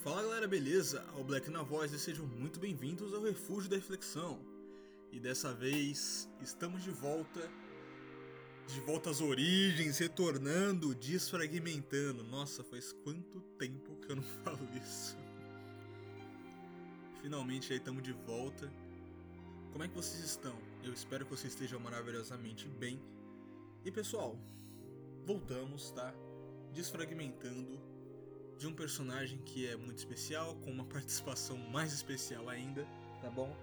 Fala galera, beleza? Ao Black na voz e sejam muito bem-vindos ao Refúgio da Reflexão. E dessa vez estamos de volta às origens, retornando, desfragmentando. Nossa, faz quanto tempo que eu não falo isso. Finalmente aí estamos de volta. Como é que vocês estão? Eu espero que vocês estejam maravilhosamente bem. E pessoal, voltamos, tá? Desfragmentando de um personagem que é muito especial, com uma participação mais especial ainda, tá bom?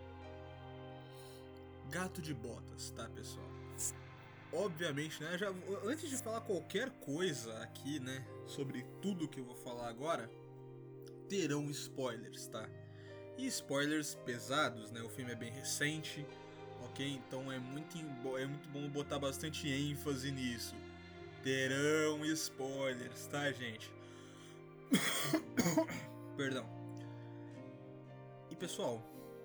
Gato de Botas, tá, pessoal? Obviamente, né, antes de falar qualquer coisa aqui, né, sobre tudo que eu vou falar agora, terão spoilers, tá? E spoilers pesados, né? O filme é bem recente, ok? Então é muito bom botar bastante ênfase nisso. Terão spoilers, tá, gente? Perdão. E pessoal,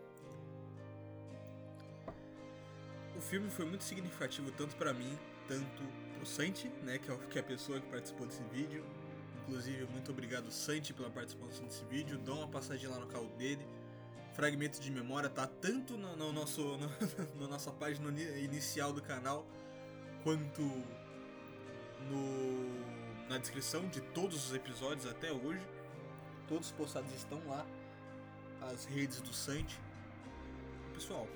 o filme foi muito significativo tanto pra mim, tanto pro Santi, né, que é a pessoa que participou desse vídeo. Inclusive, muito obrigado, Santi, pela participação desse vídeo. Dá uma passadinha lá no canal dele. Fragmento de memória tá tanto na nossa página inicial do canal, quanto na descrição de todos os episódios até hoje. Todos postados estão lá, as redes do Santi. Pessoal,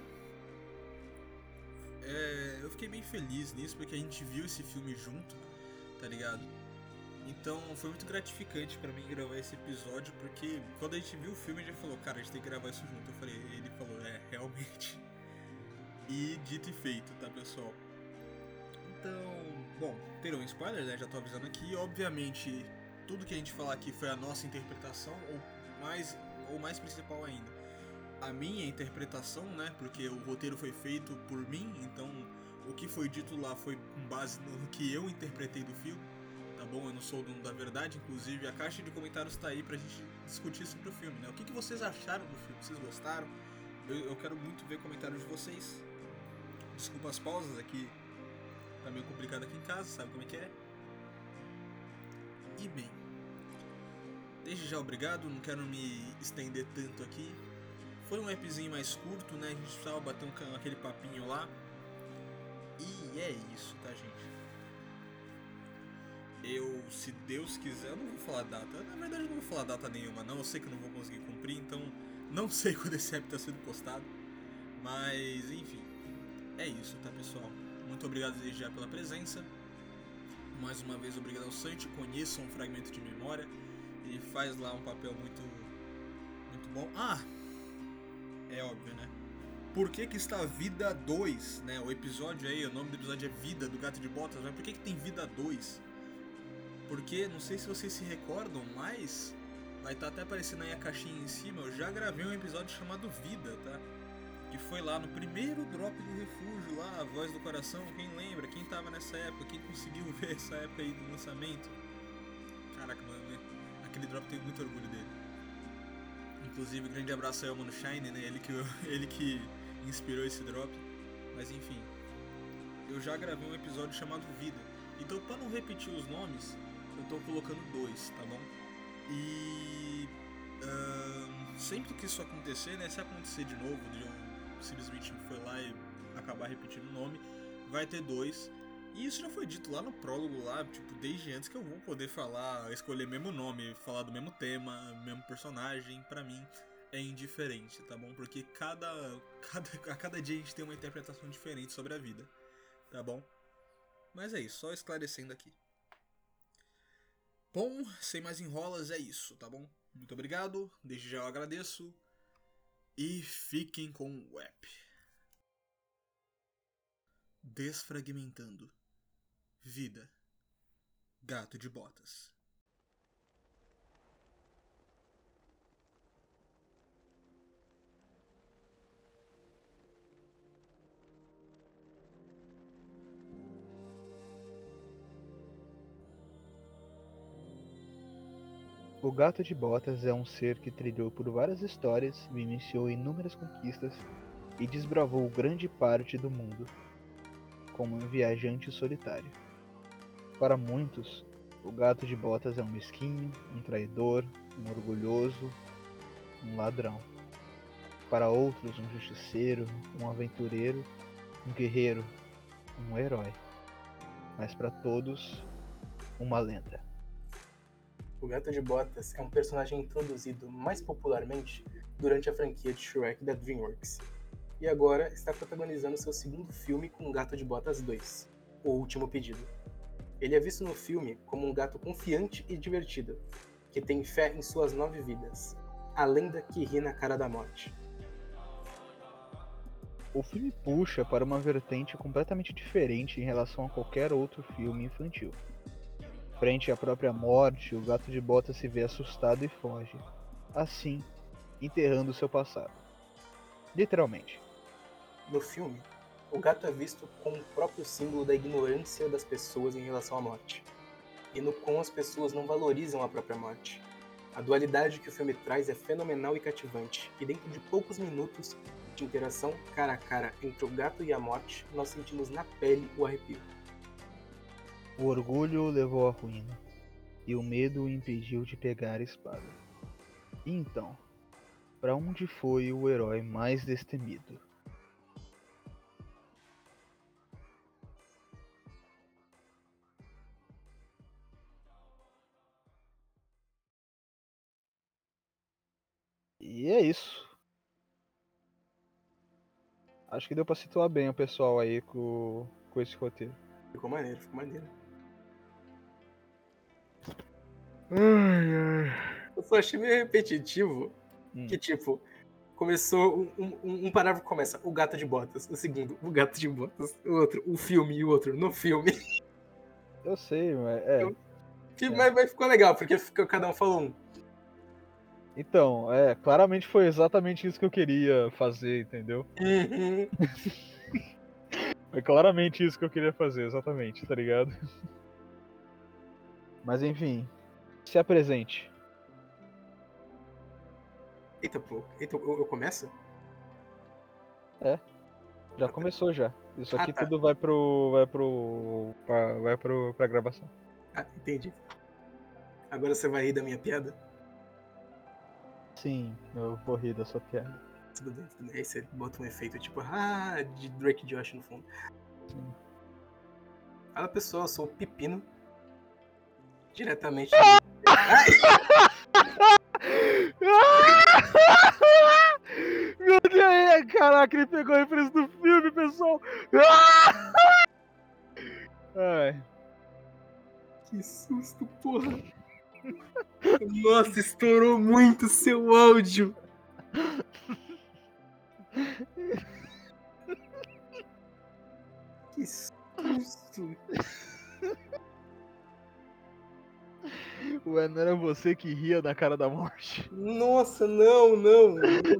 eu fiquei bem feliz nisso, porque a gente viu esse filme junto, tá ligado? Então foi muito gratificante pra mim gravar esse episódio, porque quando a gente viu o filme a gente falou, cara, a gente tem que gravar isso junto. Ele falou, realmente. E dito e feito, tá, pessoal? Então, bom, terão spoilers, né? Já tô avisando aqui. Obviamente, tudo que a gente falar aqui foi a nossa interpretação, ou mais principal ainda, a minha interpretação, né? Porque o roteiro foi feito por mim, então o que foi dito lá foi com base no que eu interpretei do filme, tá bom? Eu não sou o dono da verdade, inclusive a caixa de comentários tá aí pra gente discutir sobre o filme, né? O que vocês acharam do filme? Vocês gostaram? Eu quero muito ver comentários de vocês. Desculpa as pausas aqui, tá meio complicado aqui em casa, sabe como é que é? E bem, desde já obrigado, não quero me estender tanto aqui. Foi um appzinho mais curto, né? A gente precisava bater aquele papinho lá. E é isso, tá, gente? Se Deus quiser, eu não vou falar data. Na verdade, eu não vou falar data nenhuma, não. Eu sei que eu não vou conseguir cumprir, então não sei quando esse app tá sendo postado. Mas, enfim, é isso, tá, pessoal? Muito obrigado desde já pela presença. Mais uma vez, obrigado ao Santi. Conheçam um fragmento de memória. Ele faz lá um papel muito bom. É óbvio, né? Por que está Vida 2, né? O episódio aí, o nome do episódio é Vida, do Gato de Botas, mas por que tem Vida 2? Porque, não sei se vocês se recordam, mas vai estar até aparecendo aí a caixinha em cima, eu já gravei um episódio chamado Vida, tá? Que foi lá no primeiro drop do Refúgio, lá, a Voz do Coração, quem lembra, quem tava nessa época, quem conseguiu ver essa época aí do lançamento. Caraca, mano, aquele drop tem muito orgulho dele. Inclusive, grande abraço aí ao Mano Shine, né? Ele que inspirou esse drop. Mas enfim, eu já gravei um episódio chamado Vida. Então, pra não repetir os nomes, eu tô colocando 2, tá bom? E sempre que isso acontecer, né? Se acontecer de novo, de eu simplesmente foi lá e acabar repetindo o nome, vai ter 2. E isso já foi dito lá no prólogo, lá, tipo, desde antes que eu vou poder falar, escolher mesmo nome, falar do mesmo tema, mesmo personagem, pra mim é indiferente, tá bom? Porque a cada dia a gente tem uma interpretação diferente sobre a vida, tá bom? Mas é isso, só esclarecendo aqui. Bom, sem mais enrolas, é isso, tá bom? Muito obrigado, desde já eu agradeço e fiquem com o app. Desfragmentando. Vida. Gato de Botas. O Gato de Botas é um ser que trilhou por várias histórias, vivenciou inúmeras conquistas e desbravou grande parte do mundo, como um viajante solitário. Para muitos, o Gato de Botas é um mesquinho, um traidor, um orgulhoso, um ladrão. Para outros, um justiceiro, um aventureiro, um guerreiro, um herói. Mas para todos, uma lenda. O Gato de Botas é um personagem introduzido mais popularmente durante a franquia de Shrek da DreamWorks, e agora está protagonizando seu segundo filme com o Gato de Botas 2, O Último Pedido. Ele é visto no filme como um gato confiante e divertido, que tem fé em suas 9 vidas, a lenda que ri na cara da morte. O filme puxa para uma vertente completamente diferente em relação a qualquer outro filme infantil. Frente à própria morte, o Gato de Botas se vê assustado e foge, assim, enterrando seu passado. Literalmente. No filme, o gato é visto como o próprio símbolo da ignorância das pessoas em relação à morte, e no quão as pessoas não valorizam a própria morte. A dualidade que o filme traz é fenomenal e cativante, e dentro de poucos minutos de interação cara a cara entre o gato e a morte, nós sentimos na pele o arrepio. O orgulho o levou à ruína, e o medo o impediu de pegar a espada. E então, para onde foi o herói mais destemido? E é isso. Acho que deu pra situar bem o pessoal aí com esse roteiro. Ficou maneiro, ficou maneiro. Eu só achei meio repetitivo que, tipo, começou um parágrafo começa o gato de botas, o segundo, o gato de botas, o outro, o filme e o outro, no filme. Eu sei, mas Mas ficou legal, porque cada um falou um. Então, claramente foi exatamente isso que eu queria fazer, entendeu? Uhum. Foi claramente isso que eu queria fazer, exatamente, tá ligado? Mas enfim, se apresente. Eita, pô. Eita, eu começo? Já começou já. Isso aqui tá. tudo vai pra gravação. Ah, entendi. Agora você vai rir da minha piada? Sim, eu vou rir da sua piada. Tudo bem, tudo bem. Aí você bota um efeito tipo, de Drake Josh no fundo. Sim. Fala pessoal, eu sou o Pepino. Diretamente Meu Deus, caraca, ele pegou a referência do filme, pessoal. Ai. Que susto, porra. Nossa, estourou muito seu áudio. Que susto. Ué, não era você que ria na cara da morte? Nossa, não.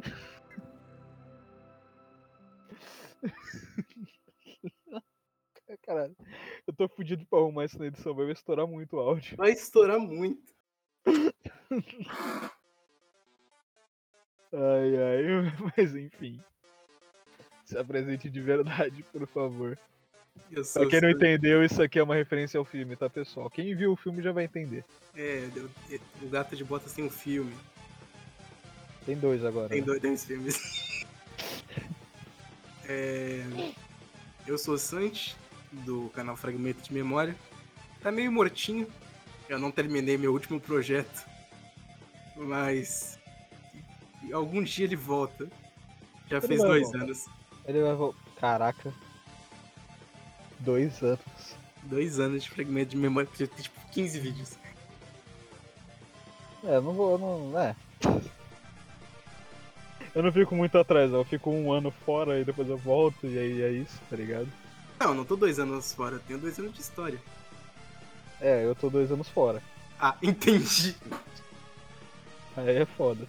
Caralho, eu tô fudido pra arrumar isso na edição, vai estourar muito o áudio. Vai estourar muito. Ai, mas enfim. Se apresente de verdade, por favor. Pra quem não entendeu, isso aqui é uma referência ao filme, tá, pessoal? Quem viu o filme já vai entender. O Gato de Botas tem um filme. Tem 2 agora. Tem né? dois filmes. Eu sou o Santi, do canal Fragmento de Memória. Tá meio mortinho. Eu não terminei meu último projeto. Mas algum dia ele volta. Já Ele fez vai 2 voltar. anos. Ele vai voltar. Caraca. 2 anos. 2 anos de Fragmento de Memória, porque tem tipo 15 vídeos. Eu não vou. Eu não fico muito atrás, eu fico 1 ano fora e depois eu volto e aí é isso, tá ligado? Não tô 2 anos fora, eu tenho 2 anos de história. Eu tô 2 anos fora. Ah, entendi. Aí é foda.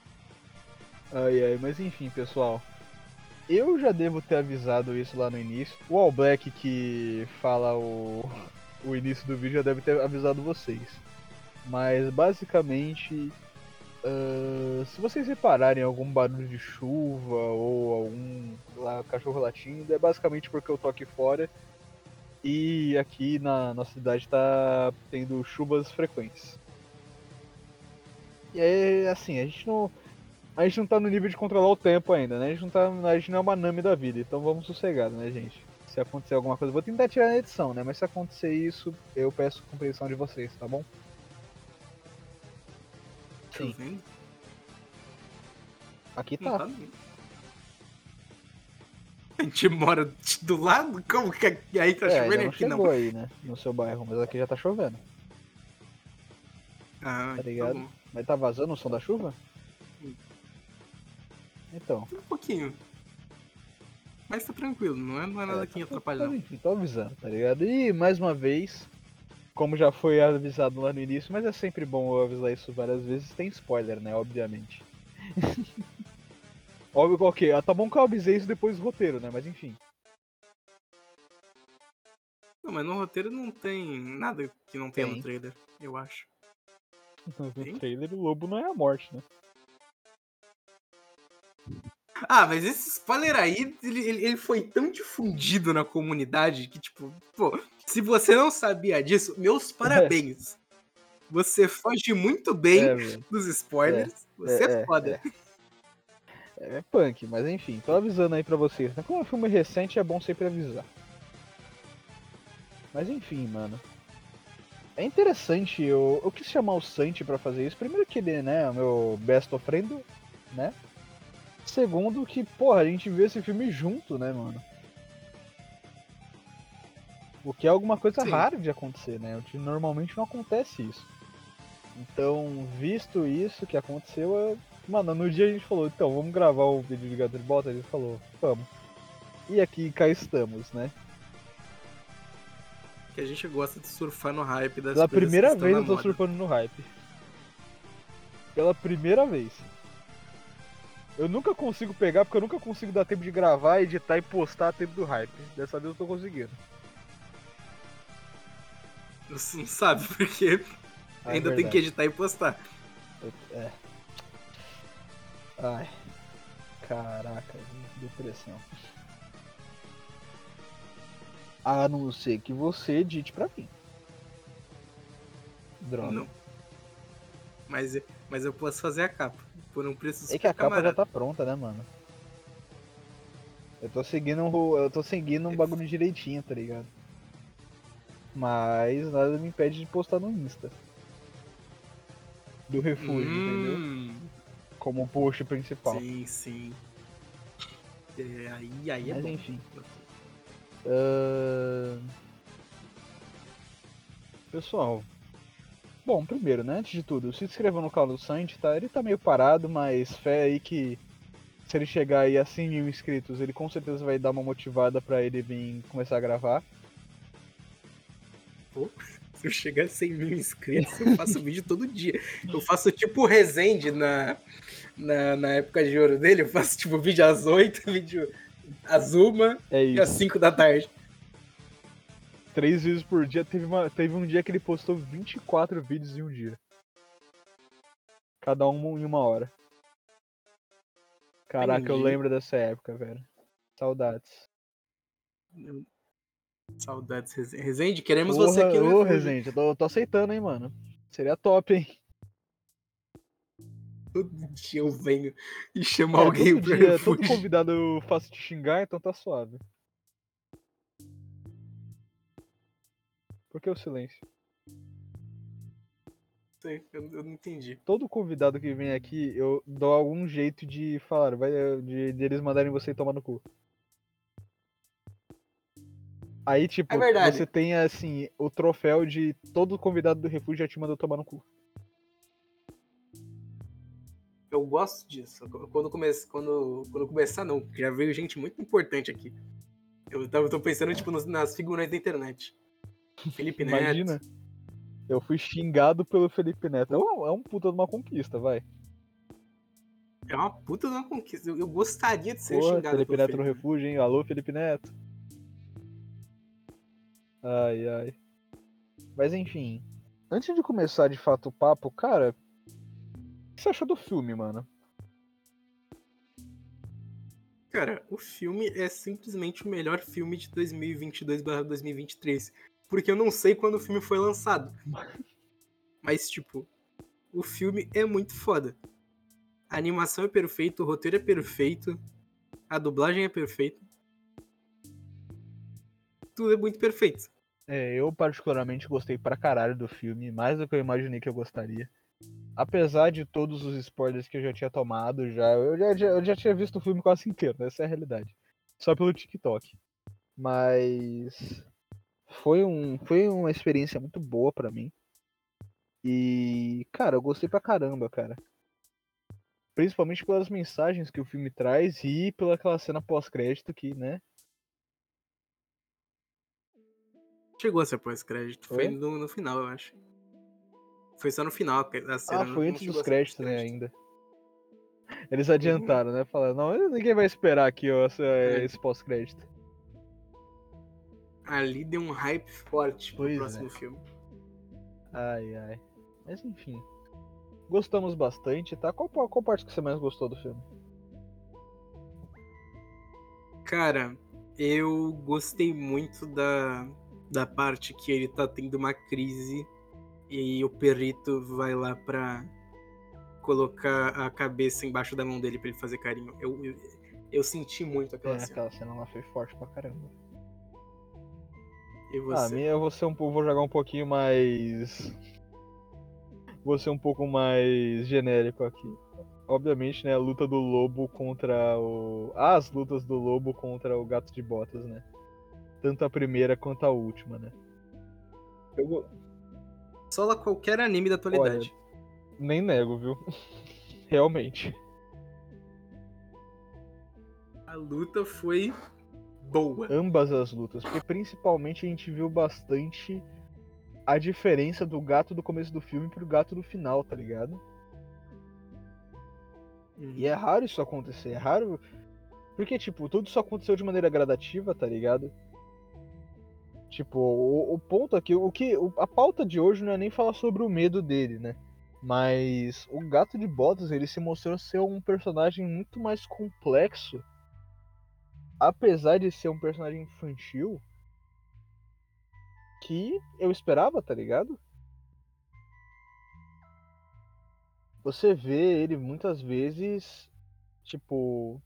Mas enfim, pessoal. Eu já devo ter avisado isso lá no início. O All Black que fala o início do vídeo já deve ter avisado vocês. Mas basicamente, se vocês repararem algum barulho de chuva ou algum cachorro latindo, é basicamente porque eu tô aqui fora e aqui na nossa cidade tá tendo chuvas frequentes. E aí, assim, a gente não tá no nível de controlar o tempo ainda, né? A gente não é uma Nami da vida, então vamos sossegado, né, gente? Se acontecer alguma coisa, eu vou tentar tirar na edição, né? Mas se acontecer isso, eu peço compreensão de vocês, tá bom? Sim. Chovendo? Aqui Não tá. tá não. A gente mora do lado? Como que aí tá Ainda chovendo não aqui não? chegou aí, né? No seu bairro, mas aqui já tá chovendo, Ah, tá tá ligado? bom. Mas tá vazando o som da chuva? Então. Um pouquinho. Mas tá tranquilo, não é nada que atrapalha Mas não. enfim, tô avisando, tá ligado? E mais uma vez, como já foi avisado lá no início, mas é sempre bom eu avisar isso várias vezes, tem spoiler, né? Obviamente. Óbvio, ok, tá bom que eu avisei isso depois do roteiro, né? Mas enfim. Não, mas no roteiro não tem nada que não tenha no Tem. trailer, eu acho. No Tem? trailer, o lobo não é a morte, né? Ah, mas esse spoiler aí, ele foi tão difundido na comunidade que, tipo, pô, se você não sabia disso, meus parabéns. Você foge muito bem É, velho. dos É, spoilers. Você é é, é, foda. é. É punk, mas enfim, tô avisando aí pra vocês, né? Como é um filme recente, é bom sempre avisar. Mas enfim, mano. É interessante, eu quis chamar o Santi pra fazer isso. Primeiro que ele, né, é o meu best of friend, né? Segundo que, porra, a gente viu esse filme junto, né, mano? O que é alguma coisa Sim. rara de acontecer, né? Normalmente não acontece isso. Então, visto isso que aconteceu, mano, no dia a gente falou, então, vamos gravar o vídeo de Gato de Bota? Ele falou, vamos. E aqui cá estamos, né? Que a gente gosta de surfar no hype das Pela coisas que primeira estão vez na eu tô moda. surfando no hype. Pela primeira vez. Eu nunca consigo pegar, porque eu nunca consigo dar tempo de gravar, editar e postar a tempo do hype. Dessa vez eu tô conseguindo. Você não sabe, porque Ah, é ainda tem que verdade. editar e postar. É. Ai. Caraca, depressão. A não ser que você edite pra mim. Droga. Não. Mas eu posso fazer a capa. Por um preço É que super a capa já camarada. tá pronta, né, mano? Eu tô seguindo um bagulho direitinho, tá ligado? Mas nada me impede de postar no Insta. Do refúgio, entendeu? Como post principal. Sim, sim. É, aí é Mas bom. enfim. Ahn, Pessoal, bom, primeiro, né, antes de tudo, se inscreva no canal do Sandy, tá? Ele tá meio parado, mas fé aí que se ele chegar aí a 100 mil inscritos, ele com certeza vai dar uma motivada pra ele vir começar a gravar. Pô, se eu chegar a 100 mil inscritos, eu faço vídeo todo dia. Eu faço tipo o Resende na época de ouro dele. Eu faço tipo vídeo às 8, vídeo às 1 É e às isso. 5 da tarde. 3 vídeos por dia. Teve um dia que ele postou 24 vídeos em um dia. Cada um em uma hora. Caraca, eu Entendi. lembro dessa época, velho. Saudades. Saudades, Resende. Queremos você Porra, aqui no ô refúgio. Resende, eu tô aceitando, hein, mano. Seria top, hein? Todo dia eu venho e chamo É, alguém todo pro dia, todo refúgio. convidado eu faço te xingar, então tá suave. Por que o silêncio? Eu não entendi. Todo convidado que vem aqui, eu dou algum jeito de falar, de eles mandarem você tomar no cu. Aí, É tipo, você verdade. tem, assim, o troféu de todo convidado do refúgio já te mandou tomar no cu. Eu gosto disso. Quando começar, não. Já veio gente muito importante aqui. Tô pensando, tipo, nas figuras da internet. Felipe Neto. Imagina, eu fui xingado pelo Felipe Neto. É um puta de uma conquista, vai. É uma puta de uma conquista. Eu gostaria de ser Porra, xingado Felipe pelo Neto no Felipe Neto. refúgio, hein? Alô, Felipe Neto. Ai, ai. Mas enfim, antes de começar de fato o papo, cara, o que você achou do filme, mano? Cara, o filme é simplesmente o melhor filme de 2022/2023. Porque eu não sei quando o filme foi lançado. Mas, tipo, o filme é muito foda. A animação é perfeita, o roteiro é perfeito, a dublagem é perfeita. Tudo é muito perfeito. Eu particularmente gostei pra caralho do filme, mais do que eu imaginei que eu gostaria. Apesar de todos os spoilers que eu já tinha tomado, eu já tinha visto o filme quase inteiro, essa é a realidade. Só pelo TikTok. Mas foi uma experiência muito boa pra mim. E, cara, eu gostei pra caramba, cara. Principalmente pelas mensagens que o filme traz e pela aquela cena pós-crédito que, né? Chegou a ser pós-crédito. Foi Oi? no final, eu acho. Foi só no final a cena, Foi não antes chegou dos a ser créditos, né, pós-crédito. ainda. Eles adiantaram, né? Falaram, não, ninguém vai esperar aqui, ó, esse pós-crédito. Ali deu um hype forte pro Pois próximo filme. Ai. Mas enfim. Gostamos bastante, tá? Qual parte que você mais gostou do filme? Cara, eu gostei muito da parte que ele tá tendo uma crise e o perito vai lá pra colocar a cabeça embaixo da mão dele pra ele fazer carinho. Eu senti muito aquela cena. Aquela cena lá foi forte pra caramba. E A você? minha eu vou jogar um pouquinho mais. Vou ser um pouco mais genérico aqui. Obviamente, né, a luta do lobo contra o. As lutas do lobo contra o gato de botas, né? Tanto a primeira quanto a última, né? Sola qualquer anime da atualidade. Nem nego, viu? Realmente. A luta foi boa. Ambas as lutas, porque principalmente a gente viu bastante a diferença do gato do começo do filme pro gato do final, tá ligado? E é raro isso acontecer, é raro. Porque, tipo, tudo isso aconteceu de maneira gradativa, tá ligado? Tipo, o ponto aqui, a pauta de hoje não é nem falar sobre o medo dele, né? Mas o Gato de Botas, ele se mostrou ser um personagem muito mais complexo. Apesar de ser um personagem infantil, que eu esperava, tá ligado? Você vê ele muitas vezes, tipo...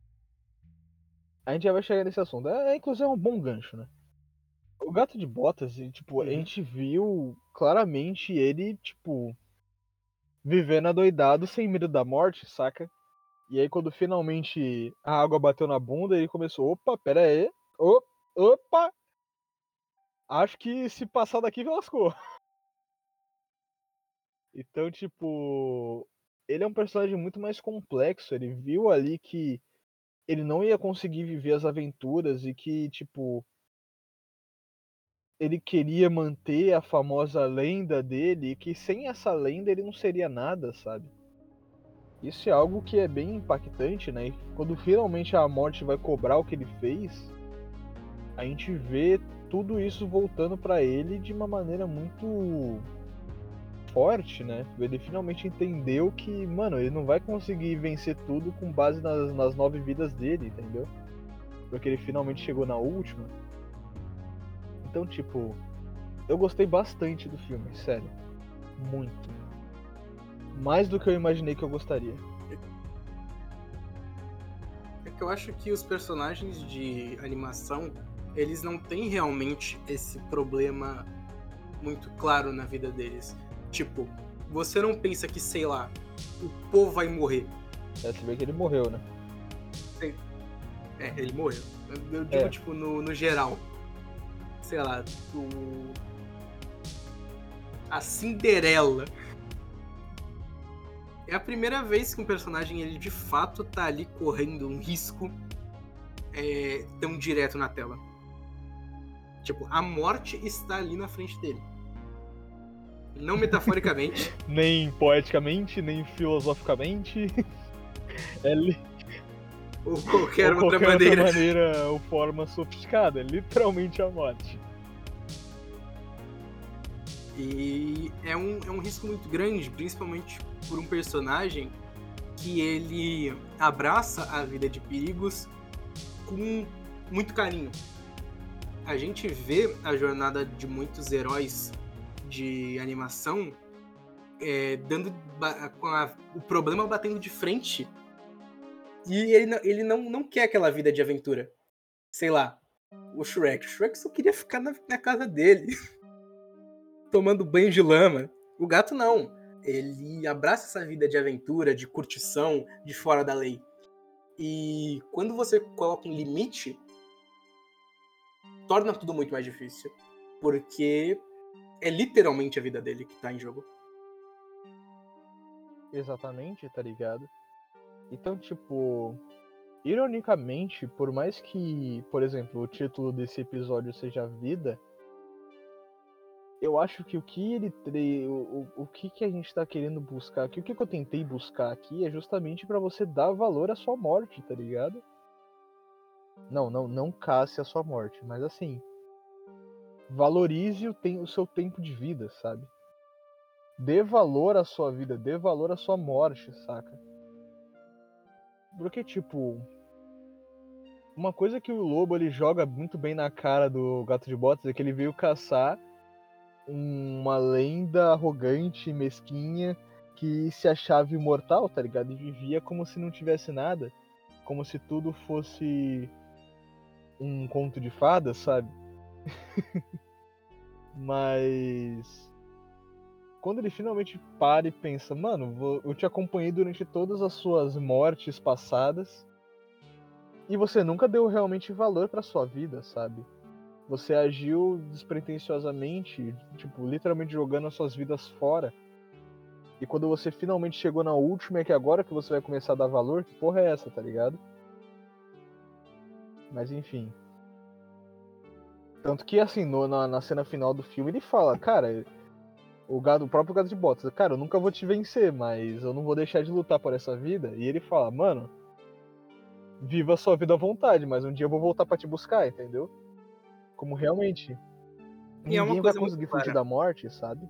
A gente já vai chegar nesse assunto. Inclusive é um bom gancho, né? O Gato de Botas, tipo, a gente viu claramente ele, tipo, vivendo adoidado sem medo da morte, saca? E aí quando finalmente a água bateu na bunda, ele começou, opa, pera aí, opa, acho que se passar daqui lascou. Então, tipo, ele é um personagem muito mais complexo, ele viu ali que ele não ia conseguir viver as aventuras e que, tipo, ele queria manter a famosa lenda dele e que sem essa lenda ele não seria nada, sabe? Isso é algo que é bem impactante, né? E quando finalmente a morte vai cobrar o que ele fez, a gente vê tudo isso voltando pra ele de uma maneira muito forte, né? Ele finalmente entendeu que, mano, ele não vai conseguir vencer tudo com base nas 9 vidas dele, entendeu? Porque ele finalmente chegou na última. Então, tipo, eu gostei bastante do filme, sério. Muito. Mais do que eu imaginei que eu gostaria. É que eu acho que os personagens de animação, eles não têm realmente esse problema muito claro na vida deles. Tipo, você não pensa que, sei lá, o povo vai morrer. Você vê que ele morreu, né? Ele morreu. Eu digo, tipo, no geral. Sei lá, a Cinderela. É a primeira vez que um personagem, ele de fato tá ali correndo um risco tão direto na tela. Tipo, a morte está ali na frente dele. Não metaforicamente. Nem poeticamente, nem filosoficamente. Ou qualquer ou outra qualquer maneira. outra maneira ou forma sofisticada. Literalmente a morte. E é um risco muito grande, principalmente por um personagem que ele abraça a vida de perigos com muito carinho. A gente vê a jornada de muitos heróis de animação o problema batendo de frente. E ele não quer aquela vida de aventura. Sei lá, o Shrek. O Shrek só queria ficar na casa dele, tomando banho de lama. O gato não. Ele abraça essa vida de aventura, de curtição, de fora da lei. E quando você coloca um limite, torna tudo muito mais difícil. Porque é literalmente a vida dele que tá em jogo. Exatamente, tá ligado? Então, tipo, ironicamente, por mais que, por exemplo, o título desse episódio seja Vida, eu acho que o que a gente tá querendo buscar aqui, o que eu tentei buscar aqui é justamente pra você dar valor à sua morte, tá ligado? Não casse a sua morte, mas assim, valorize o seu tempo de vida, sabe? Dê valor à sua vida, dê valor à sua morte, saca? Porque, tipo, uma coisa que o Lobo ele joga muito bem na cara do Gato de Botas é que ele veio caçar uma lenda arrogante, mesquinha, que se achava imortal, tá ligado? E vivia como se não tivesse nada. Como se tudo fosse um conto de fadas, sabe? Mas quando ele finalmente para e pensa, mano, eu te acompanhei durante todas as suas mortes passadas e você nunca deu realmente valor pra sua vida, sabe? Você agiu despretensiosamente, tipo, literalmente jogando as suas vidas fora. E quando você finalmente chegou na última, é que agora que você vai começar a dar valor, que porra é essa, tá ligado? Mas enfim. Tanto que, assim, na cena final do filme, ele fala, cara, o próprio Gato de Botas, cara, eu nunca vou te vencer, mas eu não vou deixar de lutar por essa vida. E ele fala, mano, viva a sua vida à vontade, mas um dia eu vou voltar pra te buscar, entendeu? Como realmente E é uma ninguém vai coisa muito conseguir fugir clara. da morte, sabe?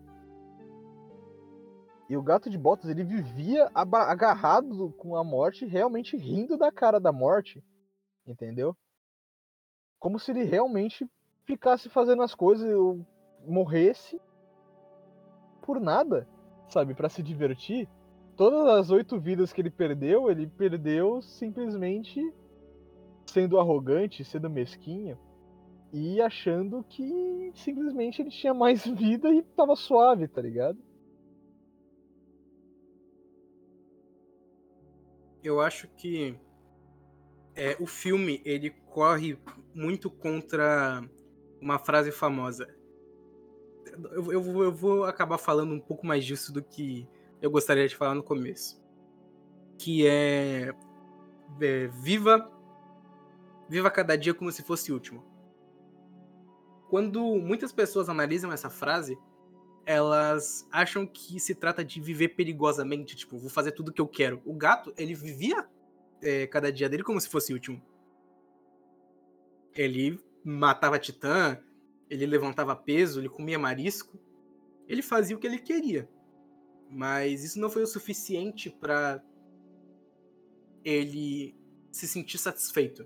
E o Gato de Botas, ele vivia agarrado com a morte, realmente rindo da cara da morte, entendeu? Como se ele realmente ficasse fazendo as coisas, eu morresse por nada, sabe? Pra se divertir. Todas as 8 vidas que ele perdeu simplesmente sendo arrogante, sendo mesquinho e achando que simplesmente ele tinha mais vida e tava suave, tá ligado? Eu acho que o filme ele corre muito contra uma frase famosa. Eu vou acabar falando um pouco mais disso do que eu gostaria de falar no começo. Que viva cada dia como se fosse o último. Quando muitas pessoas analisam essa frase, elas acham que se trata de viver perigosamente, tipo, vou fazer tudo o que eu quero. O gato, ele vivia cada dia dele como se fosse o último. Ele matava titã, ele levantava peso, ele comia marisco, ele fazia o que ele queria. Mas isso não foi o suficiente para ele se sentir satisfeito.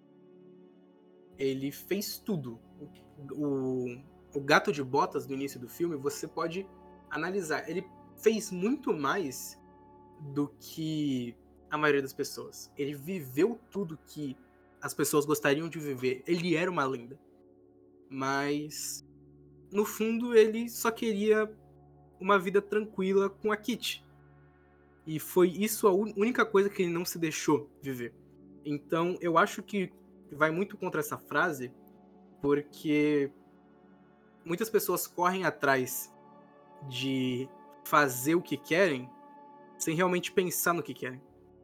Ele fez tudo. O Gato de Botas no início do filme, você pode analisar. Ele fez muito mais do que a maioria das pessoas. Ele viveu tudo que as pessoas gostariam de viver. Ele era uma lenda. Mas, no fundo, ele só queria uma vida tranquila com a Kitty. E foi isso a única coisa que ele não se deixou viver. Então, eu acho que vai muito contra essa frase, porque muitas pessoas correm atrás de fazer o que querem sem realmente pensar no que querem.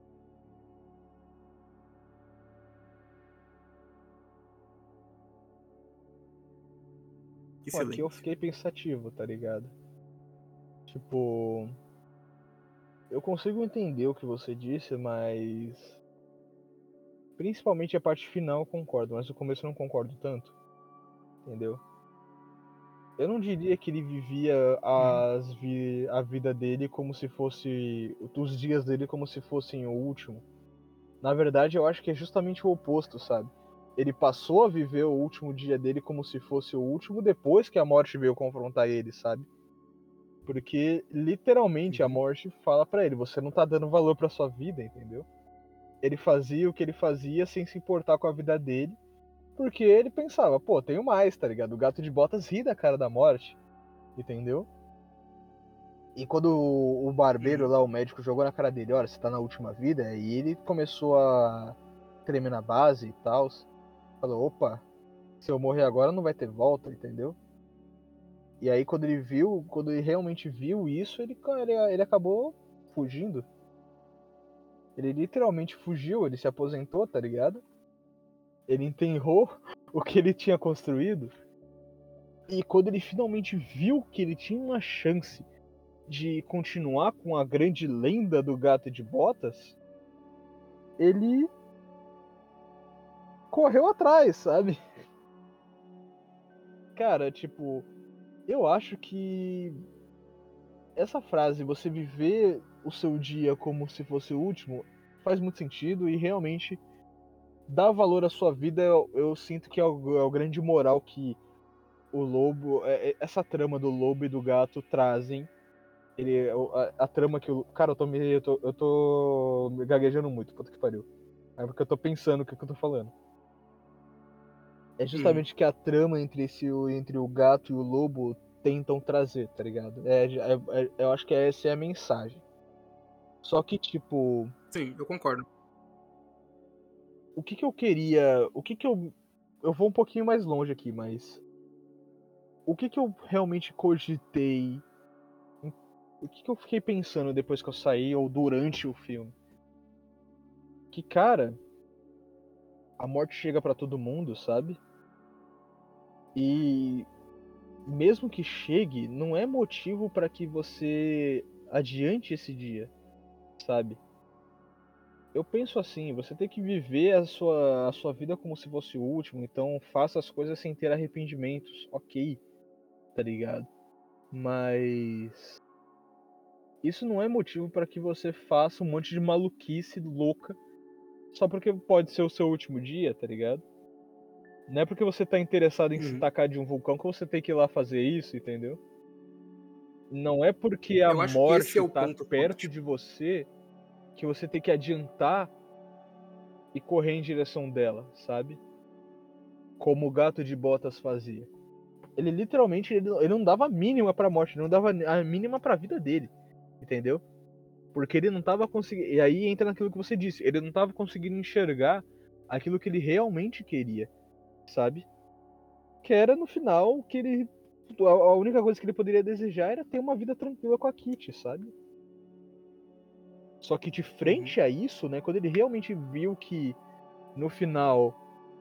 Que Pô, aqui eu silêncio. fiquei pensativo, tá ligado? Tipo, eu consigo entender o que você disse, mas principalmente a parte final eu concordo, mas o começo eu não concordo tanto, entendeu? Eu não diria que ele vivia a vida dele como se fosse. Os dias dele como se fossem o último. Na verdade, eu acho que é justamente o oposto, sabe? Ele passou a viver o último dia dele como se fosse o último depois que a morte veio confrontar ele, sabe? Porque literalmente a morte fala pra ele, você não tá dando valor pra sua vida, entendeu? Ele fazia o que ele fazia sem se importar com a vida dele, porque ele pensava, pô, tenho mais, tá ligado? O Gato de Botas ri da cara da morte, entendeu? E quando o barbeiro lá, o médico, jogou na cara dele, olha, você tá na última vida, aí ele começou a tremer na base e tal. Falou, opa, se eu morrer agora não vai ter volta, entendeu? E aí quando ele realmente viu isso, ele acabou fugindo. Ele literalmente fugiu, ele se aposentou, tá ligado? Ele enterrou o que ele tinha construído. E quando ele finalmente viu que ele tinha uma chance de continuar com a grande lenda do Gato de Botas, ele correu atrás, sabe? Cara, tipo, eu acho que essa frase, você viver o seu dia como se fosse o último, faz muito sentido e realmente dar valor à sua vida, eu sinto que é o grande moral que o lobo, essa trama do lobo e do gato trazem. A trama que o. Cara, eu tô me gaguejando muito, puta que pariu. É porque eu tô pensando o que eu tô falando. É justamente que a trama entre o gato e o lobo tentam trazer, tá ligado? Eu acho que essa é a mensagem. Só que, tipo, Sim, eu concordo. o que que eu queria. O que que eu. Eu vou um pouquinho mais longe aqui, mas. O que que eu realmente cogitei. O que que eu fiquei pensando depois que eu saí ou durante o filme? Que, cara, a morte chega pra todo mundo, sabe? E mesmo que chegue, não é motivo pra que você adiante esse dia, sabe? Eu penso assim, você tem que viver a sua vida como se fosse o último, então faça as coisas sem ter arrependimentos, ok, tá ligado? Mas isso não é motivo pra que você faça um monte de maluquice louca só porque pode ser o seu último dia, tá ligado? Não é porque você tá interessado em se tacar de um vulcão que você tem que ir lá fazer isso, entendeu? Não é porque a Eu acho que esse é morte o tá ponto perto forte. de você que você tem que adiantar e correr em direção dela, sabe? Como o Gato de Botas fazia. Ele literalmente ele não dava a mínima pra morte, ele não dava a mínima pra vida dele, entendeu? Porque ele não tava conseguindo. E aí entra naquilo que você disse, ele não tava conseguindo enxergar aquilo que ele realmente queria, sabe? Que era no final que ele. A única coisa que ele poderia desejar era ter uma vida tranquila com a Kitty, sabe? Só que de frente a isso, né, quando ele realmente viu que no final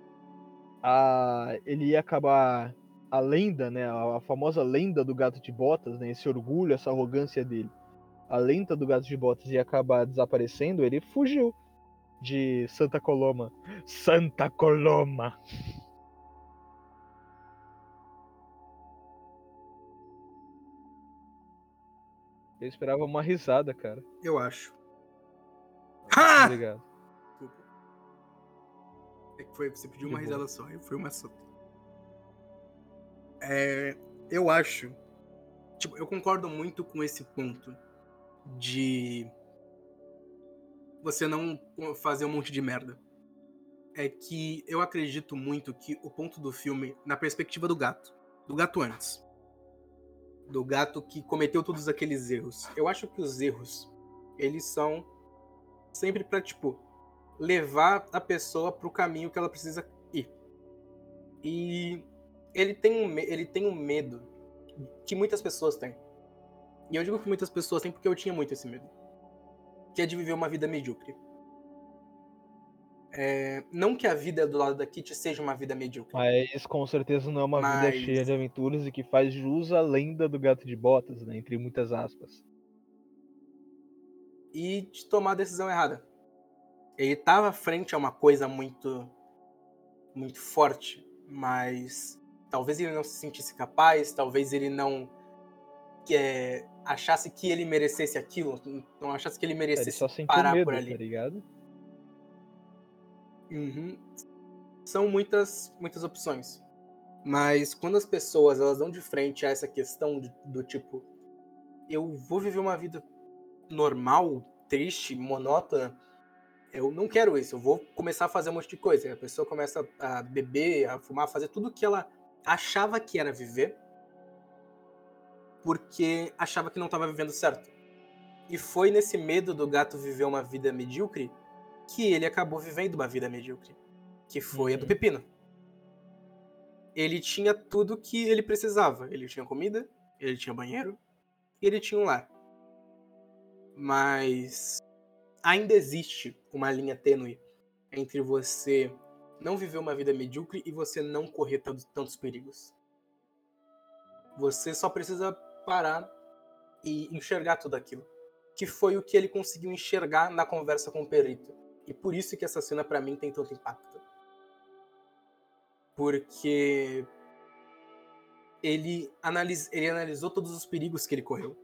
ele ia acabar a lenda, né, a famosa lenda do Gato de Botas, né, esse orgulho, essa arrogância dele, a lenda do Gato de Botas ia acabar desaparecendo, ele fugiu de Santa Coloma. Santa Coloma! Eu esperava uma risada, cara. Eu acho. Ah! Obrigado. Desculpa. É que você pediu De uma boa. risada só, eu fui uma só. Eu acho. Tipo, eu concordo muito com esse ponto de você não fazer um monte de merda. É que eu acredito muito que o ponto do filme, na perspectiva do gato antes, do gato que cometeu todos aqueles erros, eu acho que os erros, eles são sempre pra, tipo, levar a pessoa pro caminho que ela precisa ir. E ele tem um medo que muitas pessoas têm. E eu digo que muitas pessoas têm porque eu tinha muito esse medo. Que é de viver uma vida medíocre. Não que a vida do lado da Kitty seja uma vida medíocre, Mas com certeza não é uma vida cheia de mas. aventuras e que faz jus à lenda do Gato de Botas, né? Entre muitas aspas. E de tomar a decisão errada. Ele estava frente a uma coisa muito, muito forte, mas talvez ele não se sentisse capaz, talvez ele não achasse que ele merecesse aquilo, não achasse que ele Ele merecesse só sentiu parar por medo, tá ali. ligado? Uhum. São muitas, muitas opções. Mas quando as pessoas elas dão de frente a essa questão do tipo, eu vou viver uma vida normal, triste, monótona. Eu não quero isso, eu vou começar a fazer um monte de coisa. A pessoa começa a beber, a fumar, a fazer tudo que ela achava que era viver, porque achava que não estava vivendo certo. E foi nesse medo do gato viver uma vida medíocre que ele acabou vivendo uma vida medíocre, que foi a do Pepino. Ele tinha tudo que ele precisava. Ele tinha comida, ele tinha banheiro e ele tinha um lar. Mas ainda existe uma linha tênue entre você não viver uma vida medíocre e você não correr tantos perigos. Você só precisa parar e enxergar tudo aquilo. Que foi o que ele conseguiu enxergar na conversa com o perito. E por isso que essa cena pra mim tem tanto impacto. Porque ele analisou todos os perigos que ele correu.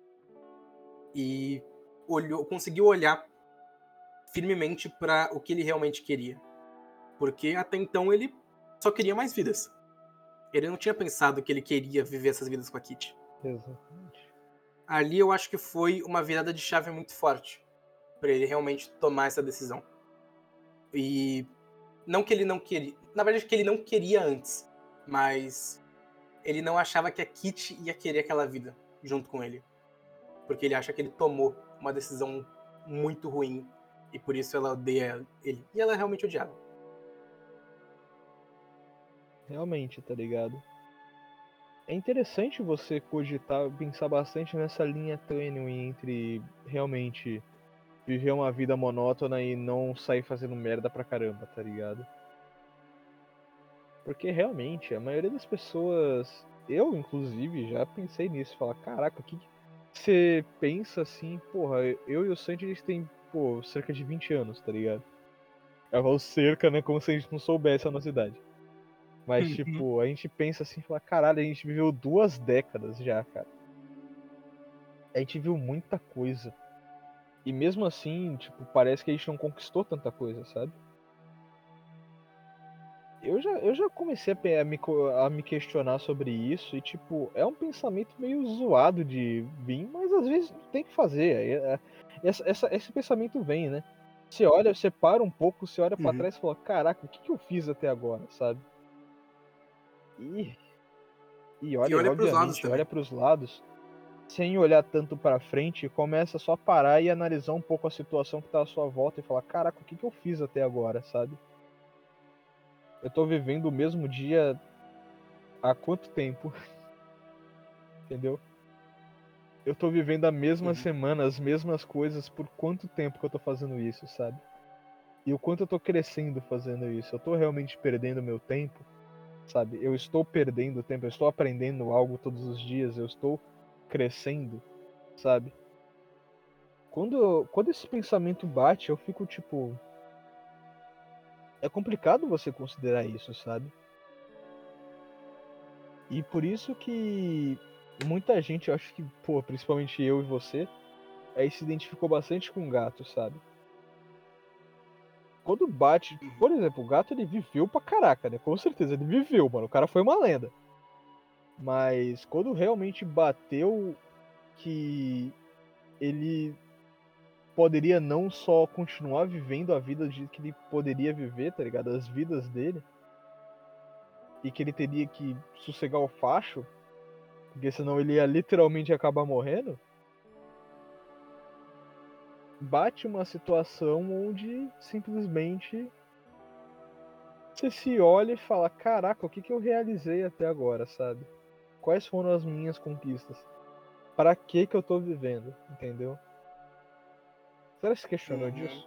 E conseguiu olhar firmemente para o que ele realmente queria. Porque até então ele só queria mais vidas. Ele não tinha pensado que ele queria viver essas vidas com a Kitty. Exatamente. Ali eu acho que foi uma virada de chave muito forte para ele realmente tomar essa decisão. E não que ele não queria, na verdade que ele não queria antes, mas ele não achava que a Kitty ia querer aquela vida junto com ele. Porque ele acha que ele tomou uma decisão muito ruim e por isso ela odeia ele. E ela realmente odiava. Realmente, tá ligado? É interessante você cogitar, pensar bastante nessa linha tênue entre realmente viver uma vida monótona e não sair fazendo merda pra caramba, tá ligado? Porque realmente, a maioria das pessoas, eu inclusive, já pensei nisso, falar, caraca, o que você pensa assim, porra, eu e o Santi, a gente tem, pô, cerca de 20 anos, tá ligado? Eu falo cerca, né, como se a gente não soubesse a nossa idade. Mas, tipo, a gente pensa assim, fala, caralho, a gente viveu 2 décadas já, cara. A gente viu muita coisa. E mesmo assim, tipo, parece que a gente não conquistou tanta coisa, sabe? Eu já comecei a me questionar sobre isso e, tipo, é um pensamento meio zoado de vir, mas às vezes tem que fazer. Esse pensamento vem, né? Você olha, você para um pouco, você olha pra trás e fala, caraca, o que eu fiz até agora, sabe? E, e E olha, olha pros lados obviamente, olha também. pros lados, sem olhar tanto pra frente, começa só a parar e analisar um pouco a situação que tá à sua volta e falar, caraca, o que eu fiz até agora, sabe? Eu tô vivendo o mesmo dia há quanto tempo? Entendeu? Eu tô vivendo a mesma semana, as mesmas coisas, por quanto tempo que eu tô fazendo isso, sabe? E o quanto eu tô crescendo fazendo isso. Eu tô realmente perdendo meu tempo, sabe? Eu estou perdendo tempo, eu estou aprendendo algo todos os dias, eu estou crescendo, sabe? Quando esse pensamento bate, eu fico tipo. É complicado você considerar isso, sabe? E por isso que muita gente, eu acho que, pô, principalmente eu e você, aí se identificou bastante com o gato, sabe? Quando bate, por exemplo, o gato ele viveu pra caraca, né? Com certeza ele viveu, mano. O cara foi uma lenda. Mas quando realmente bateu que ele poderia não só continuar vivendo a vida do jeito que ele poderia viver, tá ligado? As vidas dele. E que ele teria que sossegar o facho, porque senão ele ia literalmente acabar morrendo. Bate uma situação onde simplesmente você se olha e fala, caraca, o que eu realizei até agora, sabe? Quais foram as minhas conquistas? Para que eu tô vivendo, entendeu? Você se questionou disso?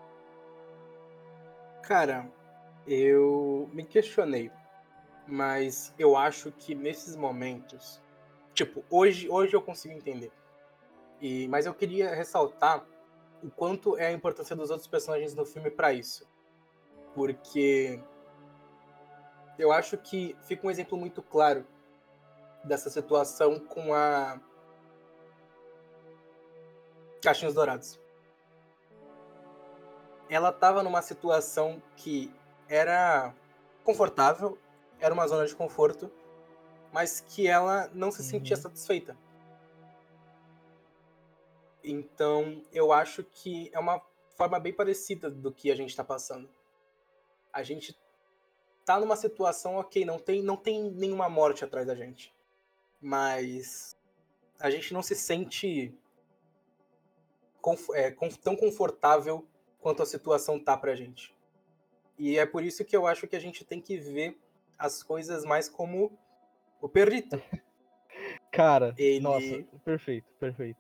Cara, eu me questionei, mas eu acho que nesses momentos, tipo, hoje eu consigo entender. Mas eu queria ressaltar o quanto é a importância dos outros personagens no filme pra isso. Porque eu acho que fica um exemplo muito claro dessa situação com a Caixinhos Dourados. Ela tava numa situação que era confortável, era uma zona de conforto, mas que ela não se sentia satisfeita. Então, eu acho que é uma forma bem parecida do que a gente tá passando. A gente tá numa situação, ok, não tem nenhuma morte atrás da gente. Mas a gente não se sente tão confortável quanto a situação tá pra gente. E é por isso que eu acho que a gente tem que ver as coisas mais como o Perrito. Cara, nossa, Ele, perfeito, perfeito.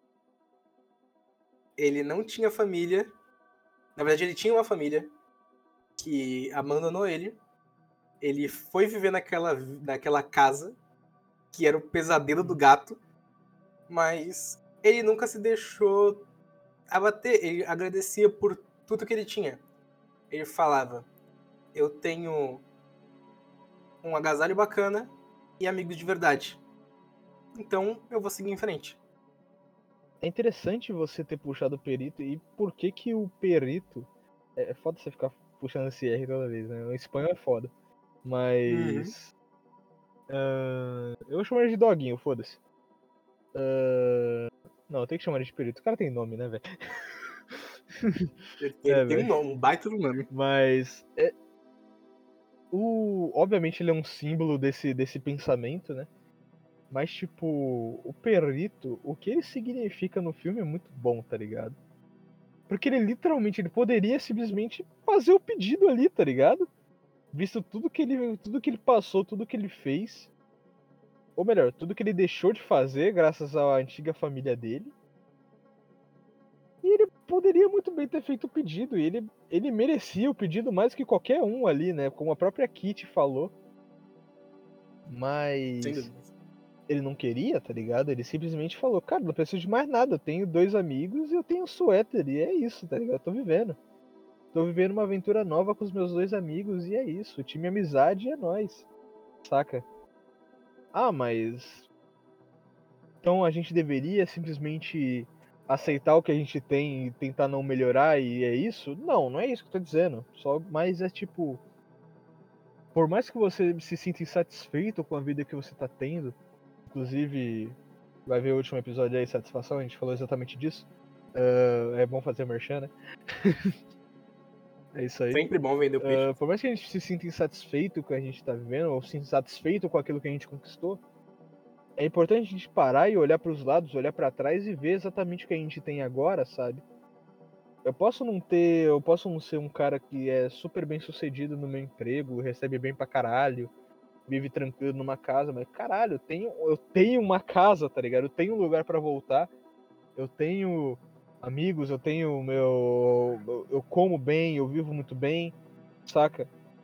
ele não tinha família. Na verdade, ele tinha uma família que abandonou ele. Ele foi viver naquela casa, que era o pesadelo do gato. Mas ele nunca se deixou abater. Ele agradecia por tudo que ele tinha. Ele falava: eu tenho um agasalho bacana e amigos de verdade. Então eu vou seguir em frente. É interessante você ter puxado o perito e por que que o perito. É foda você ficar puxando esse R toda vez, né? O espanhol é foda. Uhum. Mas. Eu vou chamar ele de doguinho, foda-se. Não, eu tenho que chamar ele de perito. O cara tem nome, né, velho? Ele É, tem um velho. nome, um baita do nome. Mas. Obviamente ele é um símbolo desse pensamento, né? Mas, tipo, o perito, o que ele significa no filme é muito bom, tá ligado? Porque ele literalmente ele poderia simplesmente fazer o pedido ali, tá ligado? Visto tudo que ele passou, tudo que ele fez. Ou melhor, tudo que ele deixou de fazer graças à antiga família dele. E ele poderia muito bem ter feito o pedido. E ele merecia o pedido mais que qualquer um ali, né? Como a própria Kitty falou. Sem Mas dúvida. ele não queria, tá ligado? Ele simplesmente falou, cara, não preciso de mais nada. Eu tenho 2 amigos e eu tenho um suéter. E é isso, tá ligado? Eu tô vivendo. Tô vivendo uma aventura nova com os meus 2 amigos e é isso. O time amizade é nóis. Saca? Ah, mas. Então a gente deveria simplesmente aceitar o que a gente tem e tentar não melhorar e é isso? Não, não é isso que eu tô dizendo. Só, mas é tipo. Por mais que você se sinta insatisfeito com a vida que você tá tendo, inclusive, vai ver o último episódio aí, Satisfação, a gente falou exatamente disso. É bom fazer merchan, né? É isso aí. Sempre bom vender o peixe. Por mais que a gente se sinta insatisfeito com o que a gente tá vivendo, ou se insatisfeito com aquilo que a gente conquistou, é importante a gente parar e olhar para os lados, olhar para trás e ver exatamente o que a gente tem agora, sabe? Eu posso não ser um cara que é super bem sucedido no meu emprego, recebe bem pra caralho, vive tranquilo numa casa, mas caralho, eu tenho uma casa, tá ligado? Eu tenho um lugar pra voltar, eu tenho amigos, eu tenho eu como bem, eu vivo muito bem, saca?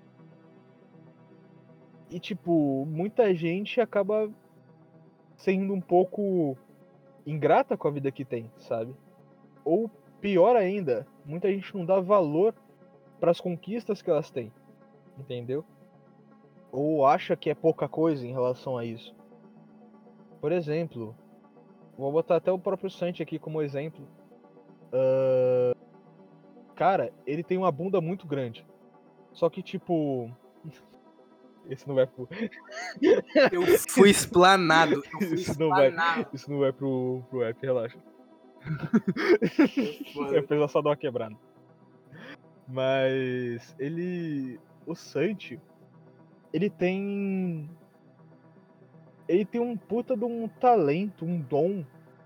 E tipo, muita gente acaba sendo um pouco ingrata com a vida que tem, sabe? Ou pior ainda, muita gente não dá valor para as conquistas que elas têm, entendeu? Ou acha que é pouca coisa em relação a isso. Por exemplo, vou botar até o próprio Santi aqui como exemplo. Cara, ele tem uma bunda muito grande. Só que tipo, esse não vai pro, Eu fui explanado. Eu fui isso não vai, explanado. isso não vai pro app, relaxa. É Eu foda. fiz só dar uma quebrada. Mas o Santi, ele tem ele tem um puta de um talento, um dom